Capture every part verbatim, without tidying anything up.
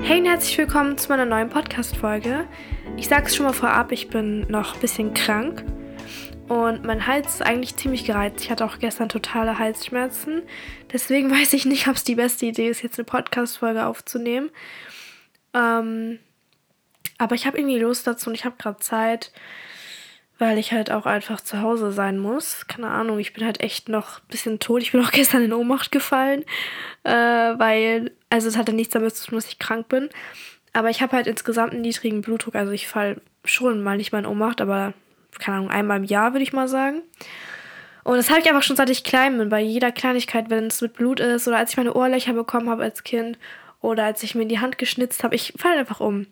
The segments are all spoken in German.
Hey und herzlich willkommen zu meiner neuen Podcast-Folge. Ich sag's schon mal vorab, ich bin noch ein bisschen krank und mein Hals ist eigentlich ziemlich gereizt. Ich hatte auch gestern totale Halsschmerzen. Deswegen weiß ich nicht, ob es die beste Idee ist, jetzt eine Podcast-Folge aufzunehmen. Ähm, aber ich habe irgendwie Lust dazu und ich habe gerade Zeit, weil ich halt auch einfach zu Hause sein muss. Keine Ahnung, ich bin halt echt noch ein bisschen tot. Ich bin auch gestern in Ohnmacht gefallen, äh, weil, also es hatte nichts damit zu tun, dass ich krank bin. Aber ich habe halt insgesamt einen niedrigen Blutdruck. Also ich falle schon mal nicht mal in Ohnmacht, aber keine Ahnung, einmal im Jahr würde ich mal sagen. Und das habe ich einfach schon seit ich klein bin. Bei jeder Kleinigkeit, wenn es mit Blut ist oder als ich meine Ohrlöcher bekommen habe als Kind oder als ich mir in die Hand geschnitzt habe, ich falle einfach um.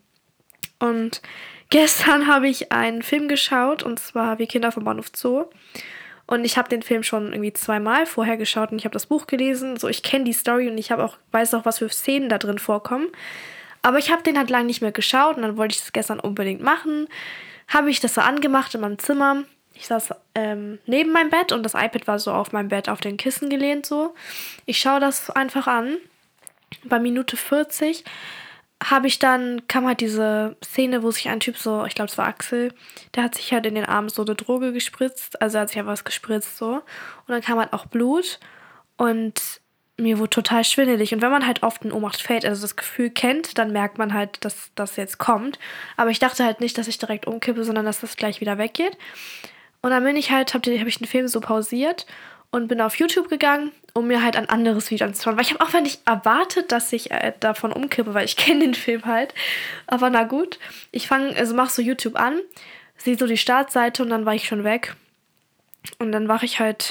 Und gestern habe ich einen Film geschaut, und zwar Wir Kinder vom Bahnhof Zoo. Und ich habe den Film schon irgendwie zweimal vorher geschaut und ich habe das Buch gelesen. So, ich kenne die Story und ich habe auch, weiß auch, was für Szenen da drin vorkommen. Aber ich habe den halt lange nicht mehr geschaut und dann wollte ich das gestern unbedingt machen. Habe ich das so angemacht in meinem Zimmer. Ich saß ähm, neben meinem Bett und das iPad war so auf meinem Bett auf den Kissen gelehnt so. Ich schaue das einfach an. Bei Minute vierzig habe ich dann, kam halt diese Szene, wo sich ein Typ so, ich glaube es war Axel, der hat sich halt in den Arm so eine Droge gespritzt, also er hat sich einfach was gespritzt so. Und dann kam halt auch Blut und mir wurde total schwindelig. Und wenn man halt oft in Ohnmacht fällt, also das Gefühl kennt, dann merkt man halt, dass das jetzt kommt. Aber ich dachte halt nicht, dass ich direkt umkippe, sondern dass das gleich wieder weggeht. Und dann bin ich halt, habe hab ich den Film so pausiert und bin auf YouTube gegangen, um mir halt ein anderes Video anzuschauen. Weil ich habe auch nicht erwartet, dass ich äh, davon umkippe, weil ich kenne den Film halt. Aber na gut, ich fange, also mach so YouTube an, sehe so die Startseite und dann war ich schon weg. Und dann wache ich halt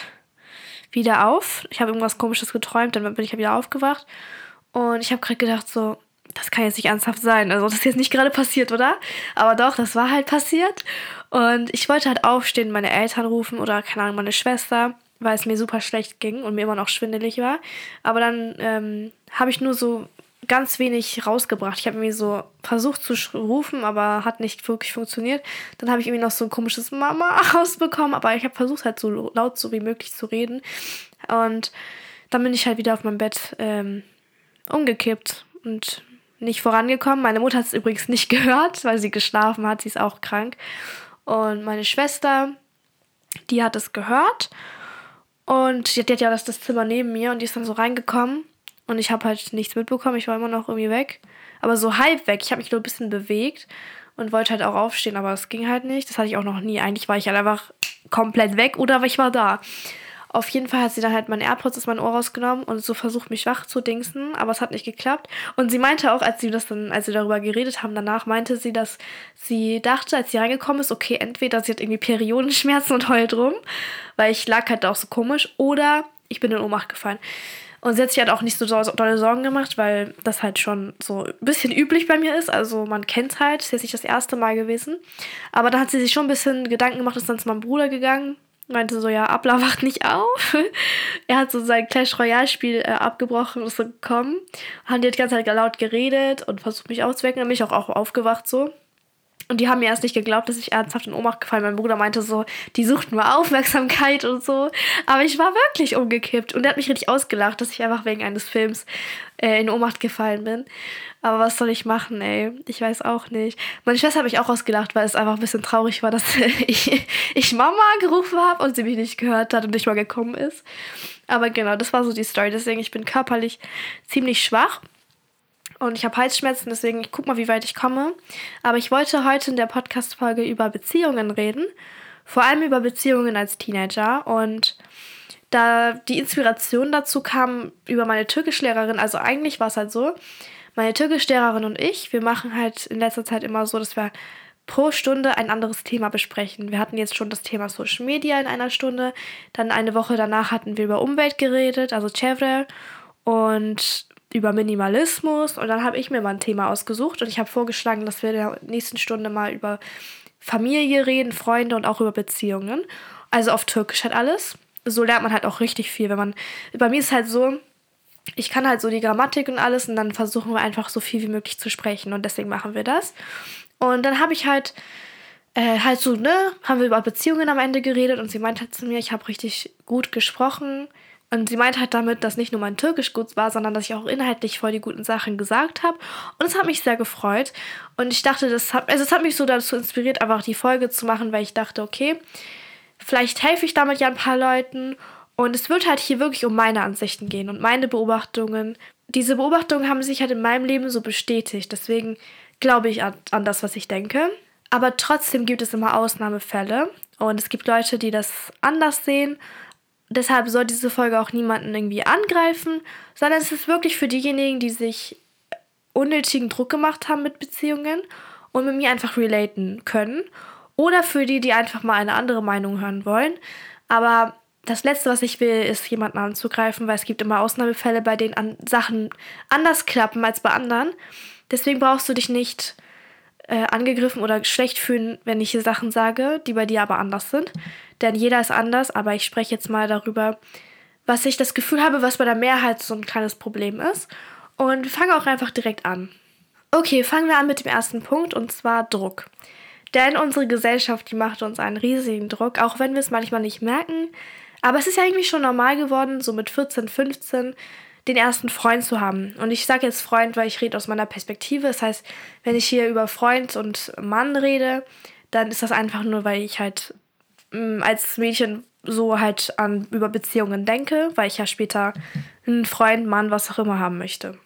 wieder auf. Ich habe irgendwas Komisches geträumt, dann bin ich ja wieder aufgewacht. Und ich habe gerade gedacht so, das kann jetzt nicht ernsthaft sein. Also das ist jetzt nicht gerade passiert, oder? Aber doch, das war halt passiert. Und ich wollte halt aufstehen, meine Eltern rufen oder, keine Ahnung, meine Schwester, weil es mir super schlecht ging und mir immer noch schwindelig war. Aber dann ähm, habe ich nur so ganz wenig rausgebracht. Ich habe irgendwie so versucht zu rufen, aber hat nicht wirklich funktioniert. Dann habe ich irgendwie noch so ein komisches Mama rausbekommen, aber ich habe versucht halt so laut so wie möglich zu reden. Und dann bin ich halt wieder auf meinem Bett ähm, umgekippt und nicht vorangekommen. Meine Mutter hat es übrigens nicht gehört, weil sie geschlafen hat. Sie ist auch krank. Und meine Schwester, die hat es gehört. Und die hat ja das, das Zimmer neben mir und die ist dann so reingekommen. Und ich habe halt nichts mitbekommen. Ich war immer noch irgendwie weg. Aber so halb weg. Ich habe mich nur ein bisschen bewegt und wollte halt auch aufstehen, aber es ging halt nicht. Das hatte ich auch noch nie. Eigentlich war ich halt einfach komplett weg oder ich war da. Auf jeden Fall hat sie dann halt meine AirPods aus meinem Ohr rausgenommen und so versucht, mich wach zu dingsen, aber es hat nicht geklappt. Und sie meinte auch, als sie das dann, als sie darüber geredet haben, danach meinte sie, dass sie dachte, als sie reingekommen ist, okay, entweder sie hat irgendwie Periodenschmerzen und heult rum, weil ich lag halt auch so komisch, oder ich bin in Ohnmacht gefallen. Und sie hat sich halt auch nicht so dolle Sorgen gemacht, weil das halt schon so ein bisschen üblich bei mir ist. Also man kennt es halt, ist jetzt nicht das erste Mal gewesen. Aber da hat sie sich schon ein bisschen Gedanken gemacht, ist dann zu meinem Bruder gegangen. Meinte so, ja, Abla wacht nicht auf. Er hat so sein Clash Royale-Spiel äh, abgebrochen und ist so gekommen. Haben die die ganze Zeit laut geredet und versucht mich aufzuwecken. Dann bin ich auch, auch aufgewacht so. Und die haben mir erst nicht geglaubt, dass ich ernsthaft in Ohnmacht gefallen bin. Mein Bruder meinte so, die sucht nur Aufmerksamkeit und so. Aber ich war wirklich umgekippt. Und er hat mich richtig ausgelacht, dass ich einfach wegen eines Films äh, in Ohnmacht gefallen bin. Aber was soll ich machen, ey? Ich weiß auch nicht. Meine Schwester hat mich auch ausgelacht, weil es einfach ein bisschen traurig war, dass ich, ich Mama gerufen habe und sie mich nicht gehört hat und nicht mal gekommen ist. Aber genau, das war so die Story. Deswegen, ich bin körperlich ziemlich schwach. Und ich habe Halsschmerzen, deswegen ich guck mal, wie weit ich komme. Aber ich wollte heute in der Podcast-Folge über Beziehungen reden. Vor allem über Beziehungen als Teenager. Und da die Inspiration dazu kam über meine Türkischlehrerin, also eigentlich war es halt so, meine Türkischlehrerin und ich, wir machen halt in letzter Zeit immer so, dass wir pro Stunde ein anderes Thema besprechen. Wir hatten jetzt schon das Thema Social Media in einer Stunde. Dann eine Woche danach hatten wir über Umwelt geredet, also Çevre. Und über Minimalismus und dann habe ich mir mal ein Thema ausgesucht und ich habe vorgeschlagen, dass wir in der nächsten Stunde mal über Familie reden, Freunde und auch über Beziehungen. Also auf Türkisch halt alles. So lernt man halt auch richtig viel, wenn man, bei mir ist es halt so, ich kann halt so die Grammatik und alles und dann versuchen wir einfach so viel wie möglich zu sprechen und deswegen machen wir das. Und dann habe ich halt äh, halt so, ne, haben wir über Beziehungen am Ende geredet und sie meinte halt zu mir, ich habe richtig gut gesprochen, Und sie meinte halt damit, dass nicht nur mein Türkisch gut war, sondern dass ich auch inhaltlich voll die guten Sachen gesagt habe. Und es hat mich sehr gefreut. Und ich dachte, das hat, also es hat mich so dazu inspiriert, einfach die Folge zu machen, weil ich dachte, okay, vielleicht helfe ich damit ja ein paar Leuten. Und es wird halt hier wirklich um meine Ansichten gehen und meine Beobachtungen. Diese Beobachtungen haben sich halt in meinem Leben so bestätigt. Deswegen glaube ich an, an das, was ich denke. Aber trotzdem gibt es immer Ausnahmefälle. Und es gibt Leute, die das anders sehen. Deshalb soll diese Folge auch niemanden irgendwie angreifen, sondern es ist wirklich für diejenigen, die sich unnötigen Druck gemacht haben mit Beziehungen und mit mir einfach relaten können. Oder für die, die einfach mal eine andere Meinung hören wollen. Aber das Letzte, was ich will, ist, jemanden anzugreifen, weil es gibt immer Ausnahmefälle, bei denen an Sachen anders klappen als bei anderen. Deswegen brauchst du dich nicht äh, angegriffen oder schlecht fühlen, wenn ich hier Sachen sage, die bei dir aber anders sind. Denn jeder ist anders, aber ich spreche jetzt mal darüber, was ich das Gefühl habe, was bei der Mehrheit so ein kleines Problem ist. Und wir fangen auch einfach direkt an. Okay, fangen wir an mit dem ersten Punkt, und zwar Druck. Denn unsere Gesellschaft, die macht uns einen riesigen Druck, auch wenn wir es manchmal nicht merken. Aber es ist ja irgendwie schon normal geworden, so mit vierzehn, fünfzehn den ersten Freund zu haben. Und ich sage jetzt Freund, weil ich rede aus meiner Perspektive. Das heißt, wenn ich hier über Freund und Mann rede, dann ist das einfach nur, weil ich halt als Mädchen so halt an über Beziehungen denke, weil ich ja später einen Freund, Mann, was auch immer haben möchte.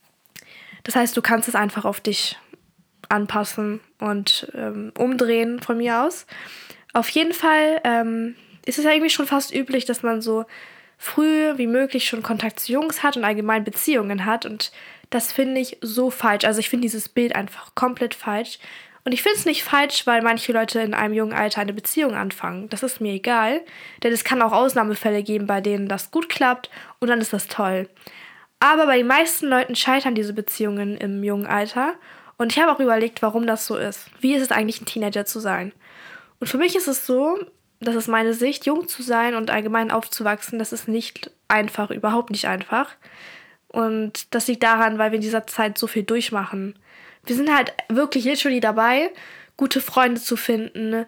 Das heißt, du kannst es einfach auf dich anpassen und ähm, umdrehen von mir aus. Auf jeden Fall ähm, ist es ja irgendwie schon fast üblich, dass man so früh wie möglich schon Kontakt zu Jungs hat und allgemein Beziehungen hat, und das finde ich so falsch. Also ich finde dieses Bild einfach komplett falsch. Und ich finde es nicht falsch, weil manche Leute in einem jungen Alter eine Beziehung anfangen. Das ist mir egal, denn es kann auch Ausnahmefälle geben, bei denen das gut klappt, und dann ist das toll. Aber bei den meisten Leuten scheitern diese Beziehungen im jungen Alter, und ich habe auch überlegt, warum das so ist. Wie ist es eigentlich, ein Teenager zu sein? Und für mich ist es so, das ist meine Sicht, jung zu sein und allgemein aufzuwachsen, das ist nicht einfach, überhaupt nicht einfach. Und das liegt daran, weil wir in dieser Zeit so viel durchmachen. Wir sind halt wirklich literally dabei, gute Freunde zu finden.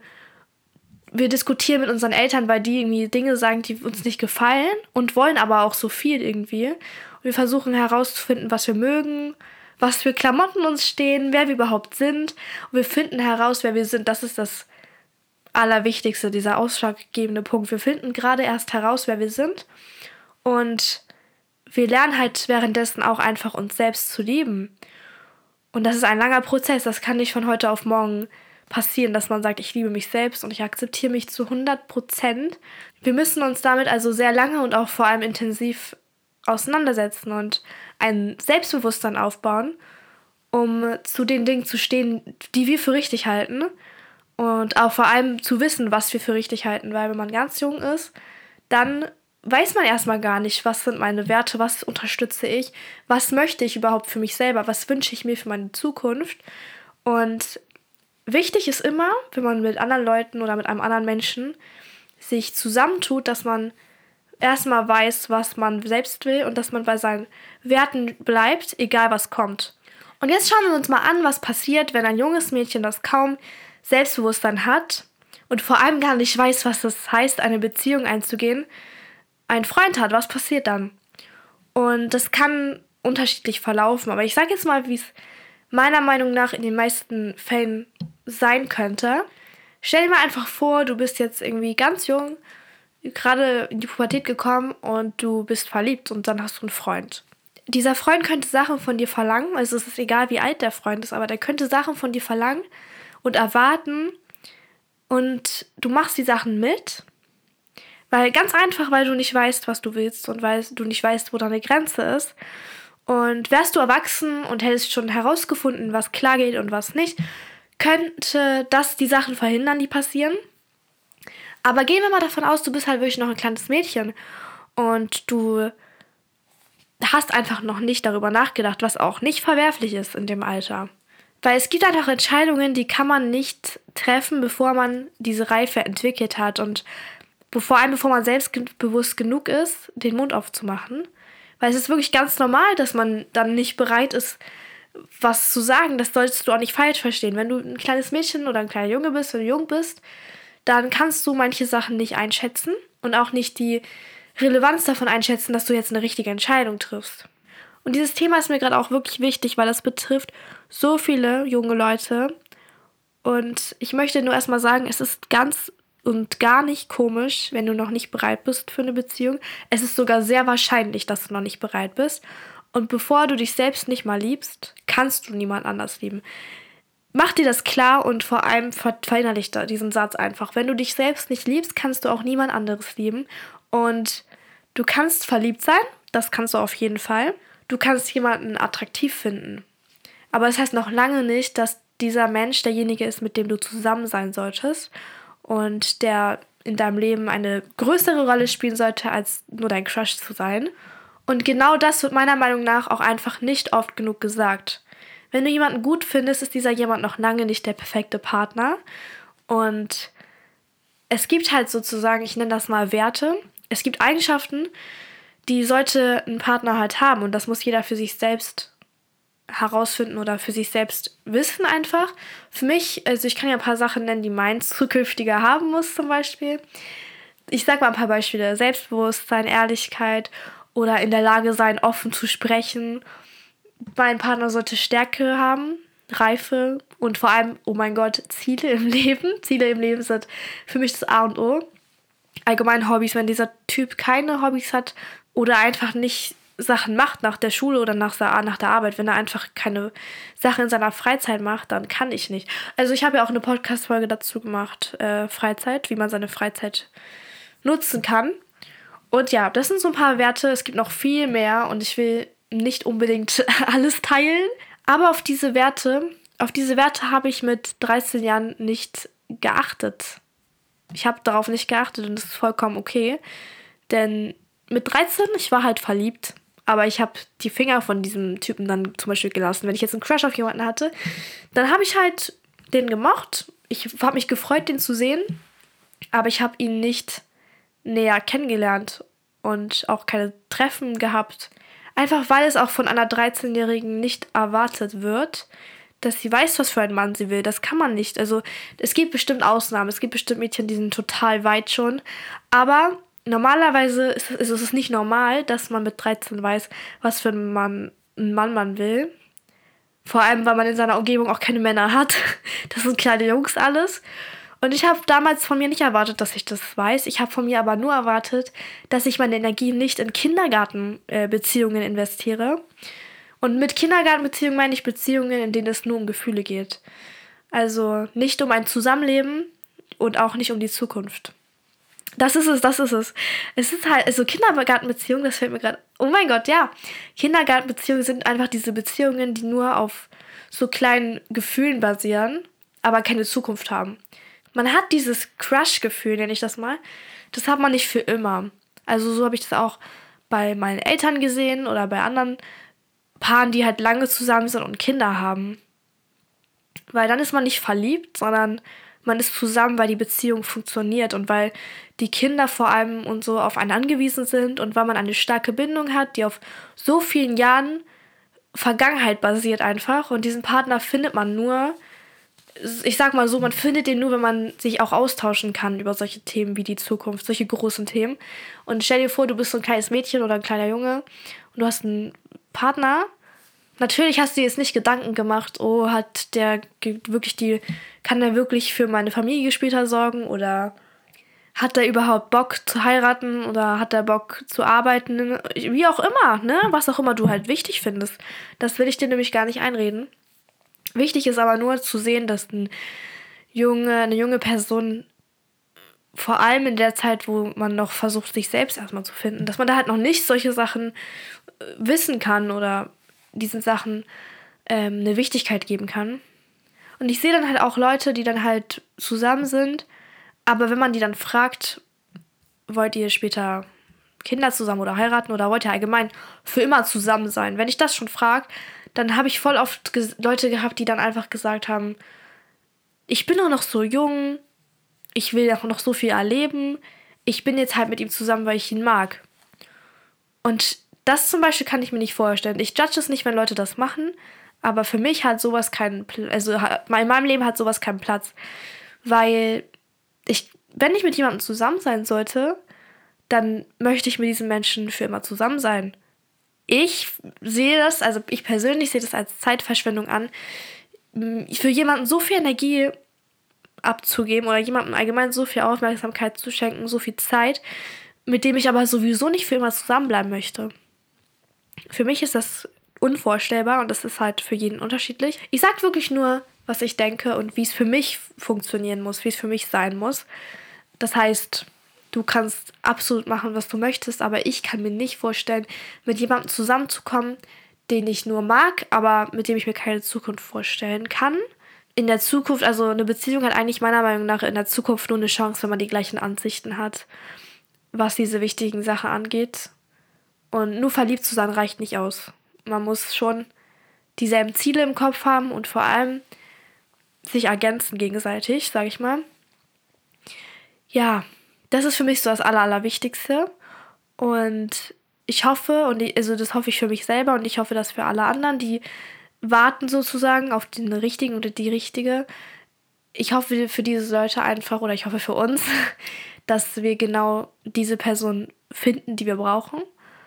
Wir diskutieren mit unseren Eltern, weil die irgendwie Dinge sagen, die uns nicht gefallen, und wollen aber auch so viel irgendwie. Und wir versuchen herauszufinden, was wir mögen, was für Klamotten uns stehen, wer wir überhaupt sind. Und wir finden heraus, wer wir sind. Das ist das Allerwichtigste, dieser ausschlaggebende Punkt. Wir finden gerade erst heraus, wer wir sind. Und wir lernen halt währenddessen auch einfach uns selbst zu lieben. Und das ist ein langer Prozess, das kann nicht von heute auf morgen passieren, dass man sagt, ich liebe mich selbst und ich akzeptiere mich zu hundert Prozent. Wir müssen uns damit also sehr lange und auch vor allem intensiv auseinandersetzen und ein Selbstbewusstsein aufbauen, um zu den Dingen zu stehen, die wir für richtig halten, und auch vor allem zu wissen, was wir für richtig halten, weil wenn man ganz jung ist, dann weiß man erstmal gar nicht, was sind meine Werte, was unterstütze ich, was möchte ich überhaupt für mich selber, was wünsche ich mir für meine Zukunft. Und wichtig ist immer, wenn man mit anderen Leuten oder mit einem anderen Menschen sich zusammentut, dass man erstmal weiß, was man selbst will und dass man bei seinen Werten bleibt, egal was kommt. Und jetzt schauen wir uns mal an, was passiert, wenn ein junges Mädchen, das kaum Selbstbewusstsein hat und vor allem gar nicht weiß, was es heißt, eine Beziehung einzugehen, einen Freund hat. Was passiert dann? Und das kann unterschiedlich verlaufen, aber ich sage jetzt mal, wie es meiner Meinung nach in den meisten Fällen sein könnte. Stell dir mal einfach vor, du bist jetzt irgendwie ganz jung, gerade in die Pubertät gekommen und du bist verliebt und dann hast du einen Freund. Dieser Freund könnte Sachen von dir verlangen, also es ist egal, wie alt der Freund ist, aber der könnte Sachen von dir verlangen und erwarten, und du machst die Sachen mit, weil ganz einfach, weil du nicht weißt, was du willst und weil du nicht weißt, wo deine Grenze ist. Und wärst du erwachsen und hättest schon herausgefunden, was klar geht und was nicht, könnte das die Sachen verhindern, die passieren. Aber gehen wir mal davon aus, du bist halt wirklich noch ein kleines Mädchen und du hast einfach noch nicht darüber nachgedacht, was auch nicht verwerflich ist in dem Alter. Weil es gibt einfach Entscheidungen, die kann man nicht treffen, bevor man diese Reife entwickelt hat und vor allem bevor man selbstbewusst genug ist, den Mund aufzumachen. Weil es ist wirklich ganz normal, dass man dann nicht bereit ist, was zu sagen. Das solltest du auch nicht falsch verstehen. Wenn du ein kleines Mädchen oder ein kleiner Junge bist, wenn du jung bist, dann kannst du manche Sachen nicht einschätzen und auch nicht die Relevanz davon einschätzen, dass du jetzt eine richtige Entscheidung triffst. Und dieses Thema ist mir gerade auch wirklich wichtig, weil das betrifft so viele junge Leute. Und ich möchte nur erstmal sagen, es ist ganz und gar nicht komisch, wenn du noch nicht bereit bist für eine Beziehung. Es ist sogar sehr wahrscheinlich, dass du noch nicht bereit bist. Und bevor du dich selbst nicht mal liebst, kannst du niemand anders lieben. Mach dir das klar und vor allem verinnerlich diesen Satz einfach. Wenn du dich selbst nicht liebst, kannst du auch niemand anderes lieben. Und du kannst verliebt sein, das kannst du auf jeden Fall. Du kannst jemanden attraktiv finden. Aber das heißt noch lange nicht, dass dieser Mensch derjenige ist, mit dem du zusammen sein solltest und der in deinem Leben eine größere Rolle spielen sollte, als nur dein Crush zu sein. Und genau das wird meiner Meinung nach auch einfach nicht oft genug gesagt. Wenn du jemanden gut findest, ist dieser jemand noch lange nicht der perfekte Partner. Und es gibt halt sozusagen, ich nenne das mal Werte, es gibt Eigenschaften, die sollte ein Partner halt haben. Und das muss jeder für sich selbst herausfinden oder für sich selbst wissen einfach. Für mich, also ich kann ja ein paar Sachen nennen, die mein zukünftiger haben muss zum Beispiel. Ich sag mal ein paar Beispiele. Selbstbewusstsein, Ehrlichkeit oder in der Lage sein, offen zu sprechen. Mein Partner sollte Stärke haben, Reife und vor allem, oh mein Gott, Ziele im Leben. Ziele im Leben sind für mich das A und O. Allgemein Hobbys, wenn dieser Typ keine Hobbys hat oder einfach nicht Sachen macht nach der Schule oder nach der, nach der Arbeit, wenn er einfach keine Sachen in seiner Freizeit macht, dann kann ich nicht. Also ich habe ja auch eine Podcast-Folge dazu gemacht, äh, Freizeit, wie man seine Freizeit nutzen kann. Und ja, das sind so ein paar Werte, es gibt noch viel mehr und ich will nicht unbedingt alles teilen, aber auf diese Werte, auf diese Werte habe ich mit dreizehn Jahren nicht geachtet. Ich habe darauf nicht geachtet und das ist vollkommen okay, denn mit dreizehn, ich war halt verliebt, aber ich habe die Finger von diesem Typen dann zum Beispiel gelassen. Wenn ich jetzt einen Crush auf jemanden hatte, dann habe ich halt den gemocht. Ich habe mich gefreut, den zu sehen, aber ich habe ihn nicht näher kennengelernt und auch keine Treffen gehabt. Einfach weil es auch von einer dreizehnjährigen nicht erwartet wird, dass sie weiß, was für einen Mann sie will. Das kann man nicht. Also es gibt bestimmt Ausnahmen. Es gibt bestimmt Mädchen, die sind total weit schon. Aber normalerweise ist, ist es nicht normal, dass man mit dreizehn weiß, was für einen Mann, einen Mann man will. Vor allem, weil man in seiner Umgebung auch keine Männer hat. Das sind kleine Jungs alles. Und ich habe damals von mir nicht erwartet, dass ich das weiß. Ich habe von mir aber nur erwartet, dass ich meine Energie nicht in Kindergartenbeziehungen äh, investiere. Und mit Kindergartenbeziehungen meine ich Beziehungen, in denen es nur um Gefühle geht. Also nicht um ein Zusammenleben und auch nicht um die Zukunft. Das ist es, das ist es. Es ist halt, also Kindergartenbeziehungen, das fällt mir gerade, oh mein Gott, ja. Kindergartenbeziehungen sind einfach diese Beziehungen, die nur auf so kleinen Gefühlen basieren, aber keine Zukunft haben. Man hat dieses Crush-Gefühl, nenne ich das mal, das hat man nicht für immer. Also so habe ich das auch bei meinen Eltern gesehen oder bei anderen Paaren, die halt lange zusammen sind und Kinder haben. Weil dann ist man nicht verliebt, sondern man ist zusammen, weil die Beziehung funktioniert und weil die Kinder vor allem und so auf einen angewiesen sind und weil man eine starke Bindung hat, die auf so vielen Jahren Vergangenheit basiert einfach. Und diesen Partner findet man nur, ich sag mal so, man findet den nur, wenn man sich auch austauschen kann über solche Themen wie die Zukunft, solche großen Themen. Und stell dir vor, du bist so ein kleines Mädchen oder ein kleiner Junge und du hast einen Partner. Natürlich hast du dir jetzt nicht Gedanken gemacht, oh, hat der wirklich die, kann der wirklich für meine Familie später sorgen oder hat der überhaupt Bock zu heiraten oder hat der Bock zu arbeiten, wie auch immer, ne, was auch immer du halt wichtig findest. Das will ich dir nämlich gar nicht einreden. Wichtig ist aber nur zu sehen, dass ein junge, eine junge Person, vor allem in der Zeit, wo man noch versucht, sich selbst erstmal zu finden, dass man da halt noch nicht solche Sachen wissen kann oder diesen Sachen ähm, eine Wichtigkeit geben kann. Und ich sehe dann halt auch Leute, die dann halt zusammen sind, aber wenn man die dann fragt, wollt ihr später Kinder zusammen oder heiraten oder wollt ihr allgemein für immer zusammen sein? Wenn ich das schon frage, dann habe ich voll oft ges- Leute gehabt, die dann einfach gesagt haben, ich bin doch noch so jung, ich will auch noch so viel erleben, ich bin jetzt halt mit ihm zusammen, weil ich ihn mag. Und das zum Beispiel kann ich mir nicht vorstellen. Ich judge es nicht, wenn Leute das machen, aber für mich hat sowas keinen Platz, also in meinem Leben hat sowas keinen Platz, weil ich, wenn ich mit jemandem zusammen sein sollte, dann möchte ich mit diesen Menschen für immer zusammen sein. Ich sehe das, also ich persönlich sehe das als Zeitverschwendung an, für jemanden so viel Energie abzugeben oder jemandem allgemein so viel Aufmerksamkeit zu schenken, so viel Zeit, mit dem ich aber sowieso nicht für immer zusammenbleiben möchte. Für mich ist das unvorstellbar und das ist halt für jeden unterschiedlich. Ich sage wirklich nur, was ich denke und wie es für mich funktionieren muss, wie es für mich sein muss. Das heißt, du kannst absolut machen, was du möchtest, aber ich kann mir nicht vorstellen, mit jemandem zusammenzukommen, den ich nur mag, aber mit dem ich mir keine Zukunft vorstellen kann. In der Zukunft, also eine Beziehung hat eigentlich meiner Meinung nach in der Zukunft nur eine Chance, wenn man die gleichen Ansichten hat, was diese wichtigen Sachen angeht. Und nur verliebt zu sein reicht nicht aus. Man muss schon dieselben Ziele im Kopf haben und vor allem sich ergänzen gegenseitig, sag ich mal. Ja, das ist für mich so das Aller, Allerwichtigste. Und ich hoffe, und ich, also das hoffe ich für mich selber und ich hoffe, dass für alle anderen, die warten sozusagen auf den richtigen oder die richtige. Ich hoffe für diese Leute einfach, oder ich hoffe für uns, dass wir genau diese Person finden, die wir brauchen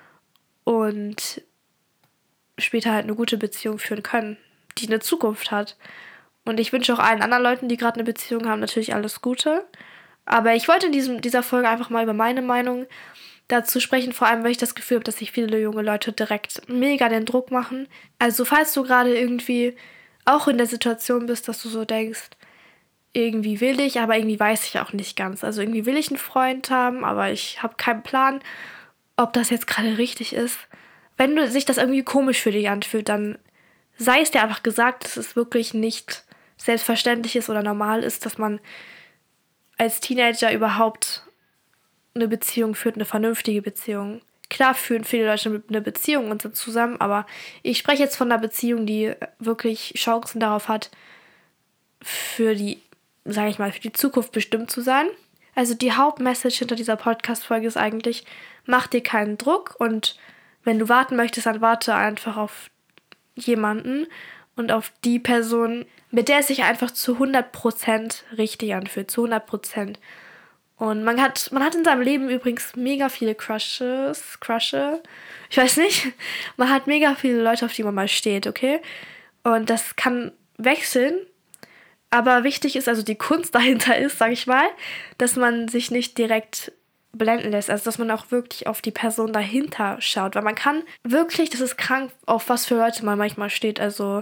und später halt eine gute Beziehung führen können, die eine Zukunft hat. Und ich wünsche auch allen anderen Leuten, die gerade eine Beziehung haben, natürlich alles Gute. Aber ich wollte in diesem, dieser Folge einfach mal über meine Meinung dazu sprechen, vor allem, weil ich das Gefühl habe, dass sich viele junge Leute direkt mega den Druck machen. Also falls du gerade irgendwie auch in der Situation bist, dass du so denkst, irgendwie will ich, aber irgendwie weiß ich auch nicht ganz. Also irgendwie will ich einen Freund haben, aber ich habe keinen Plan, ob das jetzt gerade richtig ist. Wenn du, sich das irgendwie komisch für dich anfühlt, dann sei es dir einfach gesagt, dass es wirklich nicht selbstverständlich ist oder normal ist, dass man als Teenager überhaupt eine Beziehung führt, eine vernünftige Beziehung. Klar führen viele Leute eine Beziehung und sind zusammen, aber ich spreche jetzt von einer Beziehung, die wirklich Chancen darauf hat, für die, sage ich mal, für die Zukunft bestimmt zu sein. Also die Hauptmessage hinter dieser Podcast-Folge ist eigentlich, mach dir keinen Druck und wenn du warten möchtest, dann warte einfach auf jemanden und auf die Person, mit der es sich einfach zu hundert Prozent richtig anfühlt, zu hundert Prozent. Und man hat, man hat in seinem Leben übrigens mega viele Crushes, Crushe, ich weiß nicht, man hat mega viele Leute, auf die man mal steht, okay? Und das kann wechseln, aber wichtig ist, also die Kunst dahinter ist, sag ich mal, dass man sich nicht direkt blenden lässt, also dass man auch wirklich auf die Person dahinter schaut, weil man kann wirklich, das ist krank, auf was für Leute man manchmal steht, also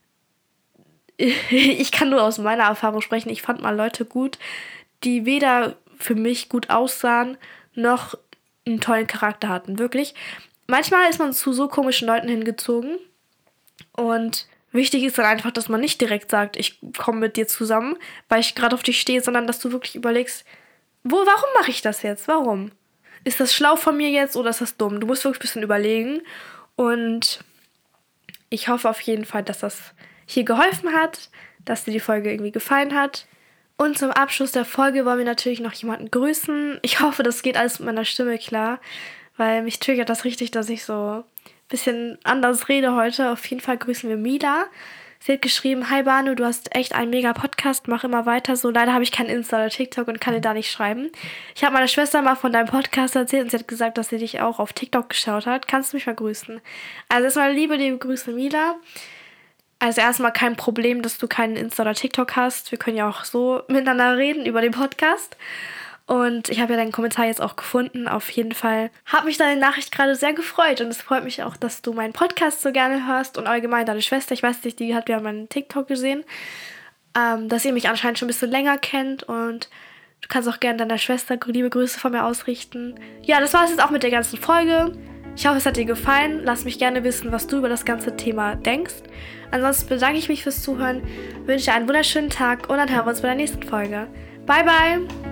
ich kann nur aus meiner Erfahrung sprechen, ich fand mal Leute gut, die weder für mich gut aussahen, noch einen tollen Charakter hatten, wirklich. Manchmal ist man zu so komischen Leuten hingezogen und wichtig ist dann einfach, dass man nicht direkt sagt, ich komme mit dir zusammen, weil ich gerade auf dich stehe, sondern dass du wirklich überlegst, wo, warum mache ich das jetzt? Warum? Ist das schlau von mir jetzt oder ist das dumm? Du musst wirklich ein bisschen überlegen und ich hoffe auf jeden Fall, dass das hier geholfen hat, dass dir die Folge irgendwie gefallen hat. Und zum Abschluss der Folge wollen wir natürlich noch jemanden grüßen. Ich hoffe, das geht alles mit meiner Stimme klar, weil mich triggert das richtig, dass ich so ein bisschen anders rede heute. Auf jeden Fall grüßen wir Mila. Sie hat geschrieben, hi Banu, du hast echt einen mega Podcast, mach immer weiter so. Leider habe ich kein Insta oder TikTok und kann dir da nicht schreiben. Ich habe meiner Schwester mal von deinem Podcast erzählt und sie hat gesagt, dass sie dich auch auf TikTok geschaut hat. Kannst du mich mal grüßen? Also erstmal liebe, liebe Grüße Mila. Also erstmal kein Problem, dass du keinen Insta oder TikTok hast. Wir können ja auch so miteinander reden über den Podcast. Und ich habe ja deinen Kommentar jetzt auch gefunden. Auf jeden Fall hat mich deine Nachricht gerade sehr gefreut. Und es freut mich auch, dass du meinen Podcast so gerne hörst. Und allgemein deine Schwester, ich weiß nicht, die hat ja meinen TikTok gesehen. Ähm, dass ihr mich anscheinend schon ein bisschen länger kennt. Und du kannst auch gerne deiner Schwester liebe Grüße von mir ausrichten. Ja, das war es jetzt auch mit der ganzen Folge. Ich hoffe, es hat dir gefallen. Lass mich gerne wissen, was du über das ganze Thema denkst. Ansonsten bedanke ich mich fürs Zuhören, wünsche einen wunderschönen Tag und dann hören wir uns bei der nächsten Folge. Bye, bye!